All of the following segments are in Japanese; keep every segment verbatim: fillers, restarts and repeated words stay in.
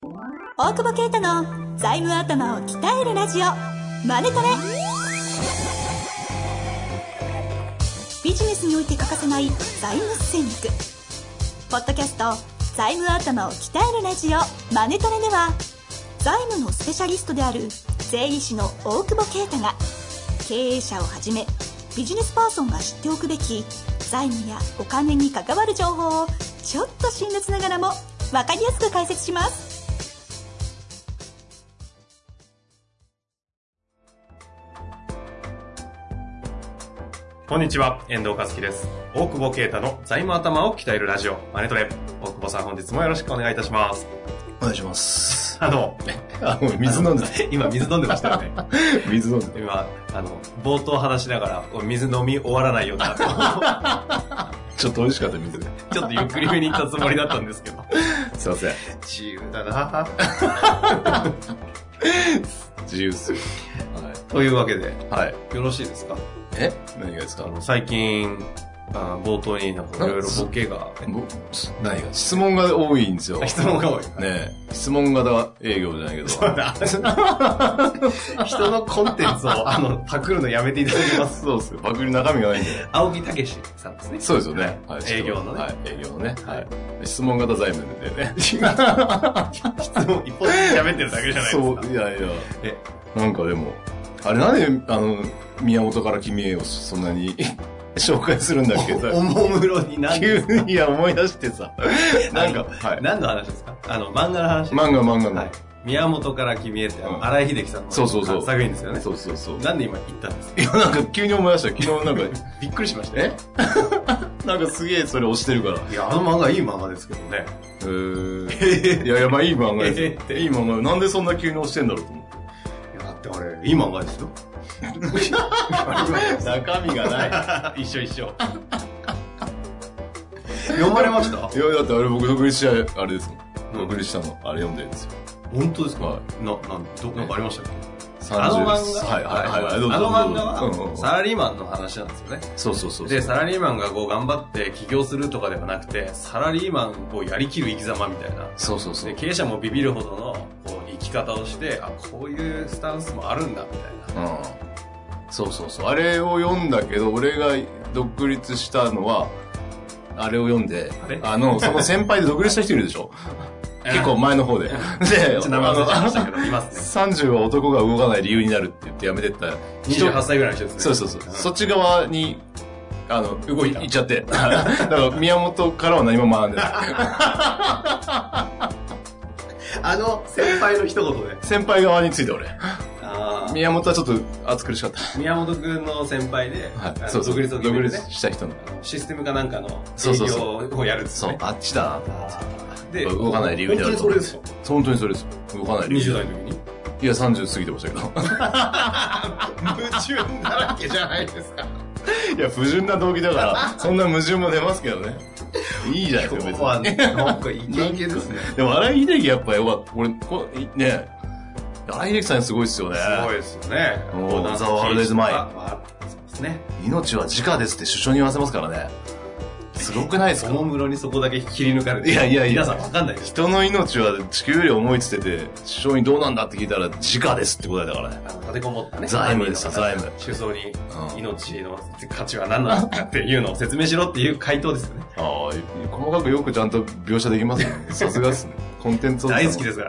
大久保啓太の財務頭を鍛えるラジオマネトレ。ビジネスにおいて欠かせない財務戦略。ポッドキャスト財務頭を鍛えるラジオマネトレでは、財務のスペシャリストである税理士の大久保啓太が、経営者をはじめビジネスパーソンが知っておくべき財務やお金に関わる情報をちょっと辛辣ながらも分かりやすく解説します。 こんにちは、遠藤和樹です。大久保啓太の財務頭を鍛えるラジオマネトレ。大久保さん、本日もよろしくお願いいたします。 お願いします。 あのあの水飲んでた。 今水飲んでましたよね。 水飲んでた。 今あの冒頭話しながら水飲み終わらないようなちょっと美味しかった水でちょっとゆっくりめに行ったつもりだったんですけどすいません、 自由だな自由っすよ、 はい、というわけで、 はい、 よろしいですか？ え何がですか？ あの最近あ冒頭になんかいろいろボケが何が質問が多いんですよ。 質問が多いね。質問型営業じゃないけど、 そうだ人のコンテンツをあのパクるのやめていただけます？ そうですよ、パクリ中身がないんで。 青木武さんですね。 そうですよね、はい、 営業のね、 はい、営業のね、はい、質問型財務でね質問一本で喋ってるだけじゃないですか。 そう、いやいや、えなんかでもあれなんであの宮本から君へをそんなに紹介するんだっけ？ おもむろに何急にいや思い出してさなんか、はい、何の話ですか？あの漫画の話。 漫画漫画の、はい、 宮本から君へって新井秀樹さんのそうそうそう作品ですよね。 そうそうそう。 なんで今言ったんですか？ いやなんか急に思い出した。昨日なんかびっくりしましたよ。 えなんかすげえそれ押してるから。 いやあの漫画いい漫画ですけどね。 へーいやいやまあいい漫画ですよ。いい漫画。なんでそんな急に押してんだろうと思って。 いやだってあれいい漫画ですよ。 中身がない一緒一緒読まれました？ いやだってあれ僕独立したあれですもん。独立したのあれ読んでるんですよ。 本当ですか？ はい、 ななんどなんかありましたっけ？ あの漫画、 はいはいはい、はい、 あの漫画はサラリーマンの話なんですよね。 そうそうそう。 でサラリーマンがこう頑張って起業するとかではなくて、サラリーマンをやりきる生き様みたいな。 そうそうそう。 で経営者もビビるほどのこう生き方をして、あこういうスタンスもあるんだみたいな。うん。 そうそうそう。あれを読んだけど、俺が独立したのはあれを読んで、あ, あのその先輩で独立した人いるでしょ。結構前の方で。で、 名前忘れちゃいましたけど、いますね。 さんじゅうは男が動かない理由になるって言ってやめてった。 にじゅうはっさいぐらいの人ですね。 そうそうそう。うん、そっち側に、あの、動い、行っちゃって。だから宮本からは何も学んでない。 あの、先輩の一言で。 先輩側について俺。 あ宮本はちょっと暑苦しかった。 宮本くんの先輩で、 はい、そうそう、 独立を決めて、ね、 独立した人の。 システムかなんかの営業をやるんですね。 そうそうそう。そう、あっちだなと思って。 で動かない理由になると。 本当にそれですか？ 本当にそれです。動かない理由。 にじゅう代の時に？ いや、さんじゅう過ぎてましたけど。 矛盾だらけじゃないですか。 いや、不純な動機だから、そんな矛盾も出ますけどね。いいじゃないですか、別に。 なんかイケイケですね。 でも、荒井秀樹やっぱよかった。俺、こね、荒井秀樹さんすごいっすよね。 すごいですよね。 もう、ザワールドイズマイン。 そうですね。 命は直ですって首相に言わせますからね。すごくないですか？ おもむろにそこだけ切り抜かれて。 いやいやいや。 皆さんわかんないです。 人の命は地球より重いって言ってて、首相にどうなんだって聞いたら、直ですって答えだからね。 あの、立てこもったね。 財務ですよ、財務。 首相に、命の価値は何なのかっていうのを説明しろっていう回答ですよね。 ああ、細かくよくちゃんと描写できますね。さすがですね。コンテンツを。 大好きですから。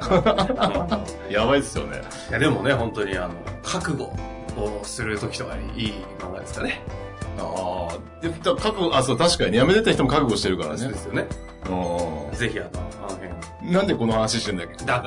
やばいですよね。 いや、でもね、本当にあの、覚悟をするときとかにいい漫画ですかね。 ああ、で、覚悟、あ、そう、確かに辞めてた人も覚悟してるからね。 そうですよね。ぜひあの、あの辺。 なんでこの話してんだっけ？ だから、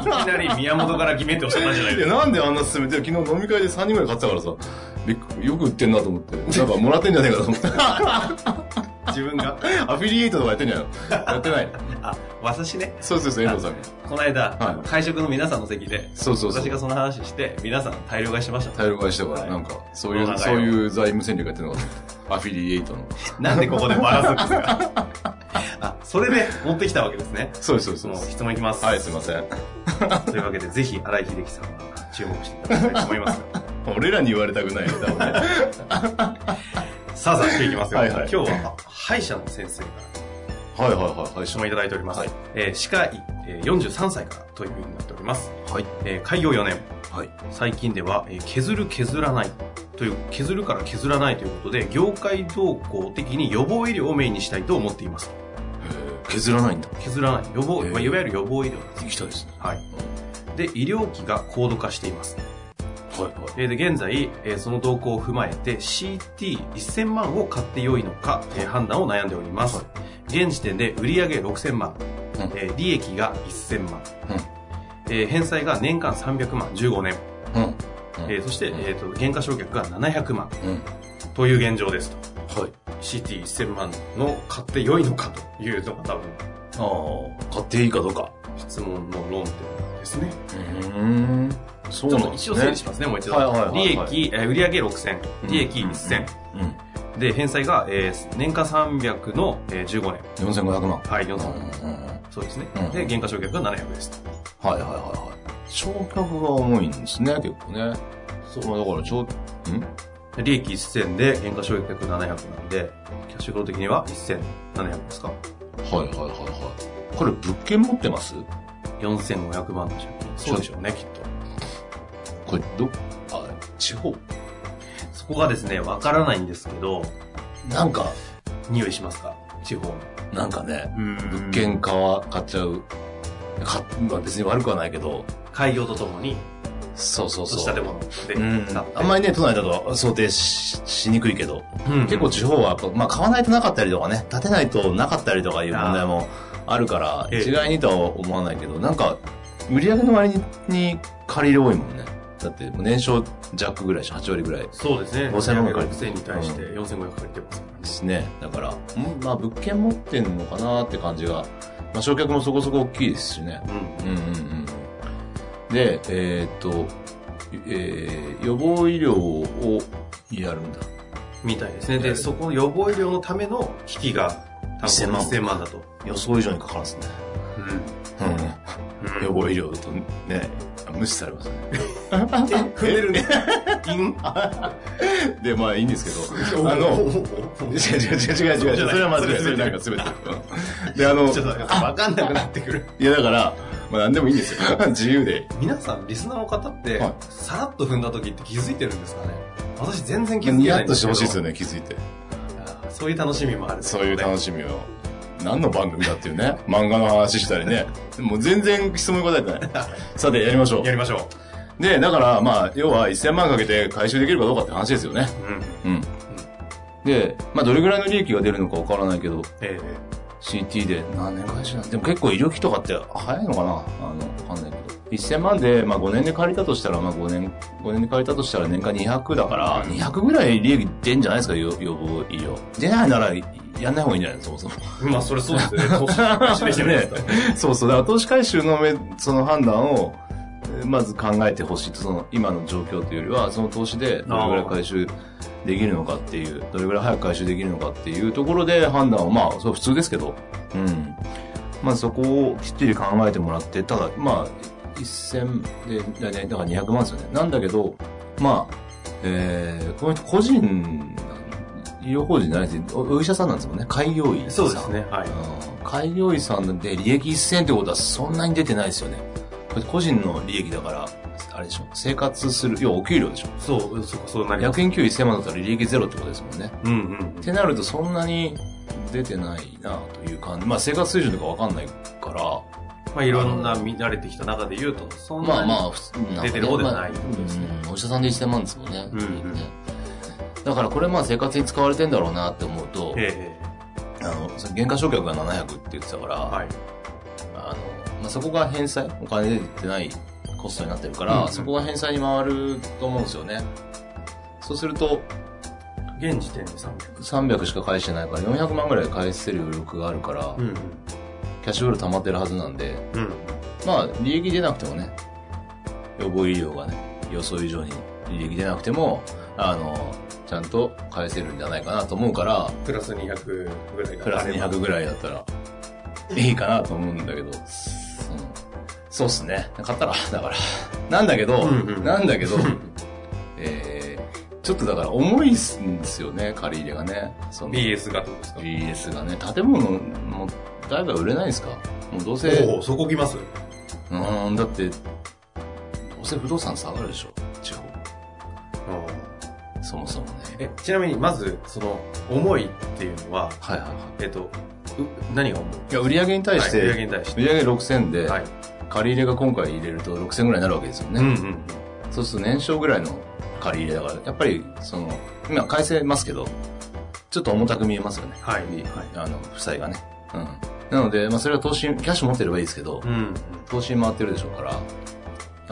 いきなり宮本から決めておっしゃったんじゃないですか。 いや、なんであんな進めて、昨日飲み会でさんにんぐらい買ってたからさ、よく売ってんなと思って。なんかもらってんじゃねえかと思って。 自分がアフィリエイトとかやってんじゃないの？やってない。 あ、私ね。 そうそうそう、遠藤さん。 この間、 はい、 会食の皆さんの席で、 そうそうそう。 私がその話して、皆さん大量買いしました。 大量買いしたから、はい、なんか、そういう、そういう財務戦略やってるのかアフィリエイトの。 なんでここでバラすんですか？あ、それで持ってきたわけですね。 そうです、そうです。 質問いきます。 はい、すいません。 というわけで、ぜひ、荒井秀樹さんは注目していただきたいと思います。 俺らに言われたくないよ、多分ね。 さあさあ、今日いきますよ。 はいはい、 今日は歯医者の先生かはいはいはいはい。 質問いただいております。 はい、 えー、歯科医、えー、よんじゅうさんさいからというふうになっております。 はい。 えー、開業よねん。 はい。 最近では、えー、削る削らないという、削るから削らないということで、業界動向的に予防医療をメインにしたいと思っています。 へー、削らないんだ。 削らない。予防、まあ、いわゆる予防医療です。 行きたいですね。 はい。で、医療費が高度化しています。 はいはい。 えー、で、現在、えー、その動向を踏まえて シーティーせんまんを買って良いのか、えー、判断を悩んでおります。はい、現時点で売上ろくせんまん、うんえー、利益がせんまん、うんえー、返済が年間さんびゃくまん、じゅうごねん、うんうんえー、そして、えー、と減価償却がななひゃくまん、うん、という現状ですと。はい、シーティーせんまんの買って良いのかというのが多分、 ああ、買っていいかどうか。 質問の論点ですね。 うーん。そうなんですね。 ちょっと一応整理しますね、もう一度。はいはいはいはい、利益、えー、売上ろくせん、利益せん、うんうんうん、で、返済が、えー、年間さんびゃくの、えー、じゅうごねん。 よんせんごひゃくまん。 はい、よんせんごひゃくまん。うんうん、そうですね。うん、で、減価償却がななひゃくです。 はいはいはいはい。償却が重いんですね、結構ね。そう、だから、ちょ、ん利益せんで減価償却ななひゃくなんで、キャッシュフロー的にはせんななひゃくですか。 はいはいはいはい。これ、物件持ってます？ よんせんごひゃくまんの借金。そうでしょうね、きっと。 これ、ど、あ、地方？ そこがですね、わからないんですけど、 なんか、 匂いしますか？地方の。 なんかね、物件買わ、買っちゃう。か、まあ別に悪くはないけど。 開業とともに、 そうそうそう。 建物で、 うん、あんまりね、都内だと想定 し, しにくいけど、うん、結構地方はやっぱ、まあ買わないとなかったりとかね、建てないとなかったりとかいう問題もあるから、一概にとは思わないけど、なんか、売り上げの割に借り入れ多いもんね。だって、年商弱ぐらいし、はちわりぐらい。 そうですね。 ごせんまん借りて。 ごせんに対してよんせんごひゃく借りてますからね。 ですね。だから、んまあ物件持ってんのかなって感じが、まあ償却もそこそこ大きいですしね。うん。うんうんうん。で、えー、っと、えー、予防医療をやるんだ。 みたいですね。で、そこの予防医療のための機器が多分せんまん。せんまんだと。 予想以上にかかるんですね。うん。うん。うん、予防医療とね、無視されますね。 え、踏んでるんでで、まあいいんですけど、あの、違う違う違う違う違う、それは間違い、それなんか全て。で、あの、 ちょっとわかんなくなってくる。 いやだから、まあ何でもいいんですよ。自由で。 皆さん、リスナーの方って、はい、さらっと踏んだ時って気づいてるんですかね？私全然気づいてないんですけど。ニヤッとしてほしいですよね、気づいて。 そういう楽しみもある、ね。 そういう楽しみを。何の番組だっていうね。漫画の話したりね。もう全然質問答えてない。さて、やりましょう。 やりましょう。で、だから、まあ、要はせんまんかけて回収できるかどうかって話ですよね。うん。うん。で、まあ、どれぐらいの利益が出るのかわからないけど、ええ、シーティー で何年回収なんでも結構医療費とかって早いのかな、あの、わかんないけど。せんまんで、まあごねんで借りたとしたら、まあごねん、ごねんで借りたとしたら年間にひゃくだから、にひゃくぐらい利益出んじゃないですか、予防医療。出ないなら、やんない方がいいんじゃないそもそも。 まあ、それそうですね。投資回収できてないですか。 そうそう。だから投資回収のめ、その判断を、まず考えてほしいと、その、今の状況というよりは、その投資でどれぐらい回収できるのかっていう、どれぐらい早く回収できるのかっていうところで判断を、まあ、それ普通ですけど、うん。まあ、そこをきっちり考えてもらって、ただ、まあ、せんで、だからにひゃくまんですよね。なんだけど、まあ、えー、この人個人、医療法人じゃないです。お医者さんなんですもんね。開業医さん。 そうですね。はい。 開業医さんで利益せんってことはそんなに出てないですよね。これ個人の利益だから、あれでしょ。生活する、要はお給料でしょ。 そう、そう、そうなります。 薬品給与せんまんだったら利益ゼロってことですもんね。 うんうん。 ってなるとそんなに出てないなという感じ。まあ生活水準とかわかんないから。 まあいろんな見られてきた中で言うと、そんなに出てる方ではないってことですね。 お医者さんでせんまんですもんね。うんうん。だからこれまあ生活に使われてんだろうなって思うと、ええ、あの、減価償却がななひゃくって言ってたから、はい、あの、まあ、そこが返済、お金出てないコストになってるから、うんうん、そこが返済に回ると思うんですよね。そうすると、 現時点でさんびゃく。 さんびゃくしか返してないからよんひゃくまんぐらい返せる余力があるから、うんうん、キャッシュフロー溜まってるはずなんで、うん、まあ利益出なくてもね、予防医療がね、予想以上に利益出なくても、あの、ちゃんと返せるんじゃないかなと思うから、 プラスにひゃくぐらいプラスにひゃくぐらいだったらいいかなと思うんだけど、うん、そうっすね。買ったらだからなんだけど、うんうん、なんだけど、えー、ちょっとだから重いんですよね、借り入れがね。 その ビーエス がどうですか？ ビーエス がね、建物もうだいぶ売れないですか？もうどうせ。 おお、そこ来ます？ うーん、だって、どうせ不動産下がるでしょ、地方。そもそもね。 え、ちなみに、まず、その、重いっていうのは、 はいはいはい。 えっと、何が重い？ いや、売上に対して、 はい、売上に対して。 売上ろくせんで、 はい、 借り入れが今回入れるとろくせんぐらいになるわけですよね。 うんうん。 そうすると年商ぐらいの借り入れだから、やっぱり、その、今返せますけど、ちょっと重たく見えますよね。 はい。 あの、負債がね。うん。なので、まあそれは投資、キャッシュ持ってればいいですけど、うん、投資に回ってるでしょうから、だから、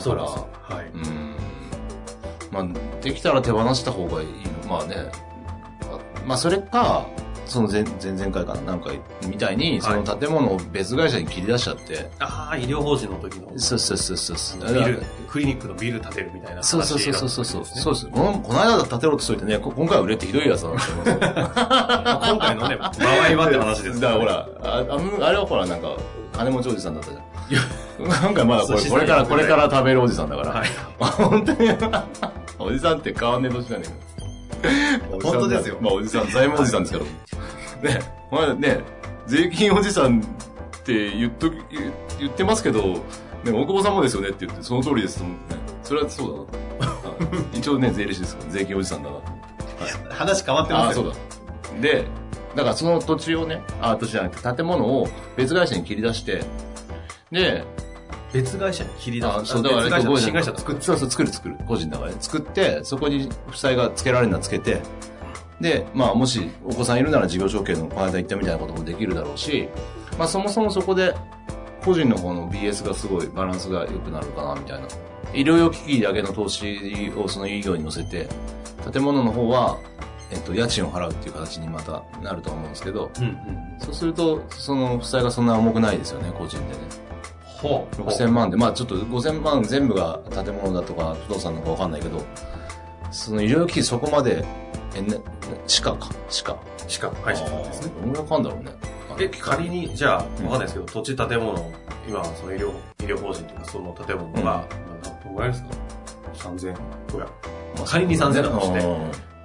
そうです。はい。 うん。まあ、できたら手放した方がいいの。まあね。まあそれか、その前、前々回かな、なんか、みたいに、その建物を別会社に切り出しちゃって。はい、 ああ、医療法人の時の。 そうそうそうそう。 ビル、クリニックのビル建てるみたいな話。 そうそうそうそうそう。そうです。この、この間だ建てろとしといてね、今回は売れってひどいやつだなって思います。 今回のね、場合はって話です、ね。 だからほら、あ, あれはほらなんか、金持ちおじさんだったじゃん。いや、今回まだこれ、これから、これから食べるおじさんだから。はい。本当に、おじさんって変わんねえ年なんだけど。 本当ですよ。 まあおじさん、財務おじさんですけど。ね、まあね、税金おじさんって言っと、言ってますけど、ね、大久保さんもですよねって言って、その通りですと思ってね。それはそうだな。一応ね、税理士ですから、税金おじさんだな。はい、 話変わってますよ。 あ、そうだ。で、だからその土地をね、あ、土地じゃなくて建物を別会社に切り出して、で、 別会社に切り出す。 あ、そう、だから、 別会社、新会社作る。 そうそう、作る作る。個人だからね。作って、そこに負債がつけられるのはつけて、で、まあ、もし、お子さんいるなら事業承継のこの間言ったみたいなこともできるだろうし、まあ、そもそもそこで、個人の方の ビーエス がすごいバランスが良くなるかな、みたいな。医療用機器だけの投資をその医療に乗せて、建物の方は、えっと、家賃を払うっていう形にまたなると思うんですけど、うんうん、そうすると、その負債がそんな重くないですよね、個人でね。 ほう。 ろくせんまんで、まあちょっとごせんまん全部が建物だとか不動産なのかわかんないけど、その医療機器そこまで、え、ね、地価か、地価。 地価、はい、ですね。 どんぐらいかかんだろうね。 え、仮に、じゃあ、わかんないですけど、うん、土地建物、今、その医療、医療法人というか、その建物が、何分ぐらいですか ?さんぜんごひゃく。まあ、仮にさんぜんだとして、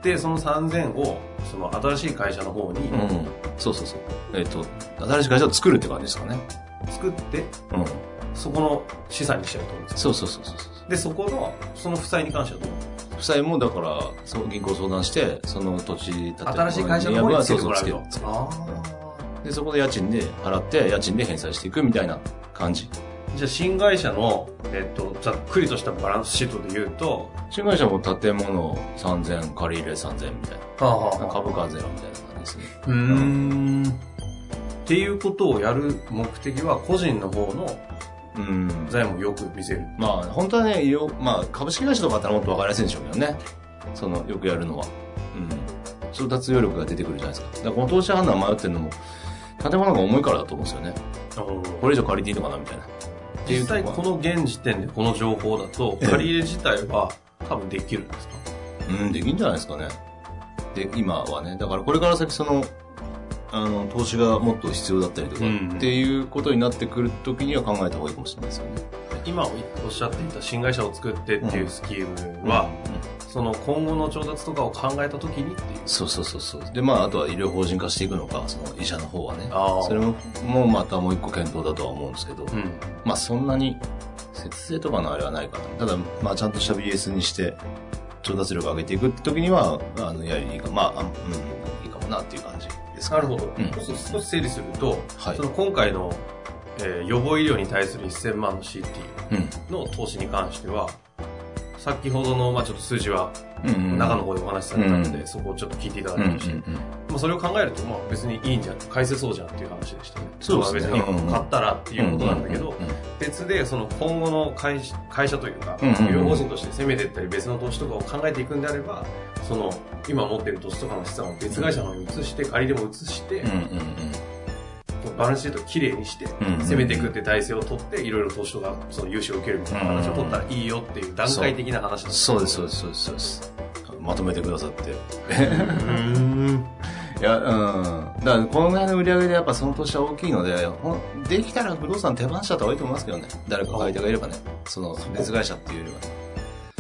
で、そのさんぜんを、その新しい会社の方に、 うん、そうそうそう。えっと、新しい会社を作るって感じですかね。 作って、うん、そこの資産にしちゃうと思うんですか？ そうそうそうそう。で、 そこの、その負債に関してはどう？ 負債もだから、その銀行相談して、その土地建て新しい会社の方につけてもらうと。 あで、そこで家賃で払って、家賃で返済していくみたいな感じ。 じゃあ、新会社の、えっと、ざっくりとしたバランスシートで言うと、 新会社も建物さんぜん、借り入れさんぜんみたいな。はあはあ、株価ゼロみたいな感じですね。 うーん。っていうことをやる目的は、個人の方の、うん、財務をよく見せる。 まあ、本当はね、まあ、株式会社とかだったらもっと分かりやすいんでしょうけどね。その、よくやるのは。うん。調達余力が出てくるじゃないですか。だからこの投資判断迷ってるのも、建物が重いからだと思うんですよね。これ以上借りていいのかなみたいな。 実際この現時点でこの情報だと、借り入れ自体は多分できるんですか？ うん、できるんじゃないですかね。で、今はね。だからこれから先その、あの、投資がもっと必要だったりとかっていうことになってくるときには考えた方がいいかもしれないですよね。 今おっしゃっていた新会社を作ってっていうスキームは、うんうんうん、その今後の調達とかを考えたときにっていう。 そうそうそうそう。で、まあ、あとは医療法人化していくのか、その医者の方はね。それも、もうまたもう一個検討だとは思うんですけど、うん、まあそんなに節制とかのあれはないかな。ただ、まあちゃんとした ビーエス にして、調達力を上げていくって時には、あの、やりいいか、まあ、うん、いいかもなっていう感じですか、ね。 なるほど。うん、少し整理すると、はい、その今回の、えー、予防医療に対するせんまんの シーティー の投資に関しては、うん、先ほどの、まあちょっと数字は、中の方でお話しされたので、うんうん、そこをちょっと聞いていただきました。うんうんうん、まあそれを考えると、まあ別にいいんじゃん、返せそうじゃんっていう話でしたね。 そうですね。 別に買ったらっていうことなんだけど、別でその今後の会社、会社というか、医療法人として攻めていったり別の投資とかを考えていくんであれば、その今持っている投資とかの資産を別会社の方に移して、借りでも移して、うんうんうん、バランスシートをきれいにして、攻めていくって体制を取って、いろいろ投資とか、その融資を受けるみたいな話を取ったらいいよっていう段階的な話なんです。 そうです、そうです、そうです、そうです。まとめてくださって。うんいや、うん。だから、このぐらいの売り上げでやっぱその投資は大きいので、できたら不動産手放しちゃった方がいいと思いますけどね。誰か買い手がいればね。その、別会社っていうよりはね。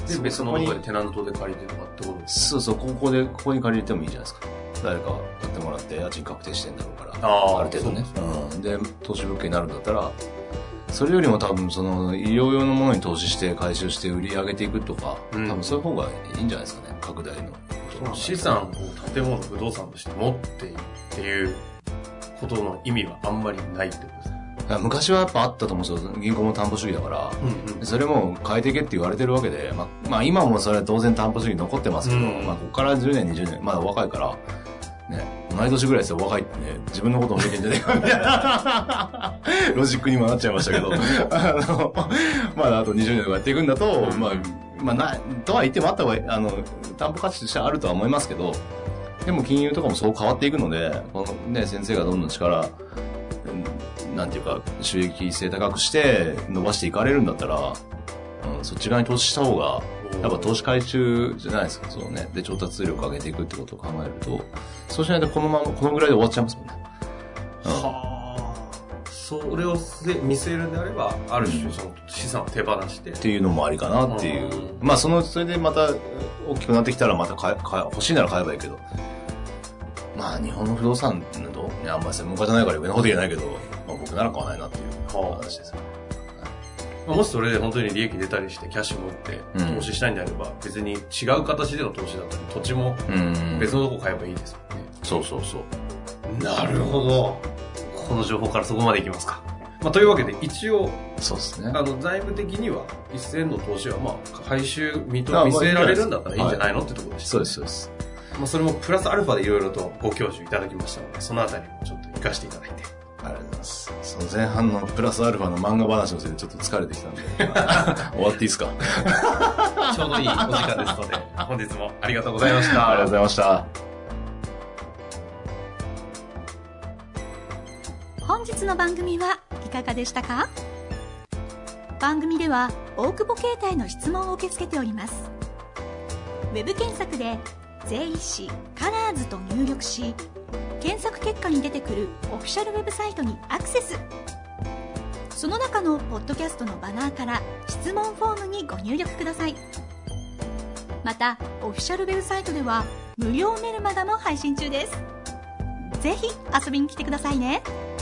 で、別のところでテナントで借りてとかってことですか？ そうそう、ここで、ここに借りれてもいいじゃないですか。誰か買ってもらって家賃確定してんだろうから。 あある程度ね。うん。で、投資物件になるんだったら、それよりも多分その医療用のものに投資して回収して売り上げていくとか、うん、多分そういう方がいいんじゃないですかね。拡大の。 その資産を建物、不動産として持っているっていうことの意味はあんまりないってことですか？ 昔はやっぱあったと思うんですよ。銀行も担保主義だから、うんうん、それも変えていけって言われてるわけで、まあ、まあ今もそれは当然担保主義残ってますけど、うん、まあここからじゅうねん、にじゅうねん、まだ若いから、ね、同い年ぐらいですよ、若いってね、自分のことを見てんじゃねえかみたいなロジックにもなっちゃいましたけど、あの、まだあとにじゅうねんとかやっていくんだと、うん、まあ、まあな、とは言ってもあった方が、あの、担保価値としてはあるとは思いますけど、でも金融とかもそう変わっていくので、このね、先生がどんどん力、なんていうか、収益性高くして伸ばしていかれるんだったら、うん、そっち側に投資した方が、やっぱ投資回収じゃないですか、そうね。で、調達力を上げていくってことを考えると、そうしないとこのまま、このぐらいで終わっちゃいますもんね。 うん、はあ。それを見せるんであれば、ある種、その資産を手放して。 っていうのもありかなっていう。うん、まあ、その、それでまた大きくなってきたらまた買え、買え、欲しいなら買えばいいけど。まあ、日本の不動産など、ね、あんまり専門家じゃないから上のこと言えないけど、まあ、僕なら買わないなっていう話ですよ。 もしそれで本当に利益出たりしてキャッシュ持って投資したいんであれば、うん、別に違う形での投資だったり土地も別のとこ買えばいいですもんね。 そうそうそう。 なるほど。この情報からそこまでいきますか。まあ、というわけで一応そうですね。 あの財務的には一銭の投資はまあ回収見と見据えられるんだったらいいんじゃないの、はい、ってところでした、 ね。そうですそうです。 まあ、それもプラスアルファでいろいろとご教授いただきましたので、そのあたりもちょっと活かしていただいて。 ありがとうございます。その前半のプラスアルファの漫画話のせいでちょっと疲れてきたんで、終わっていいですか？ ちょうどいいお時間ですので、本日もありがとうございました。 ありがとうございました。 本日の番組はいかがでしたか？番組では大久保携帯の質問を受け付けております。ウェブ検索で税理士カラーズと入力し、検索結果に出てくるオフィシャルウェブサイトにアクセス。その中のポッドキャストのバナーから質問フォームにご入力ください。またオフィシャルウェブサイトでは無料メルマガも配信中です。ぜひ遊びに来てくださいね。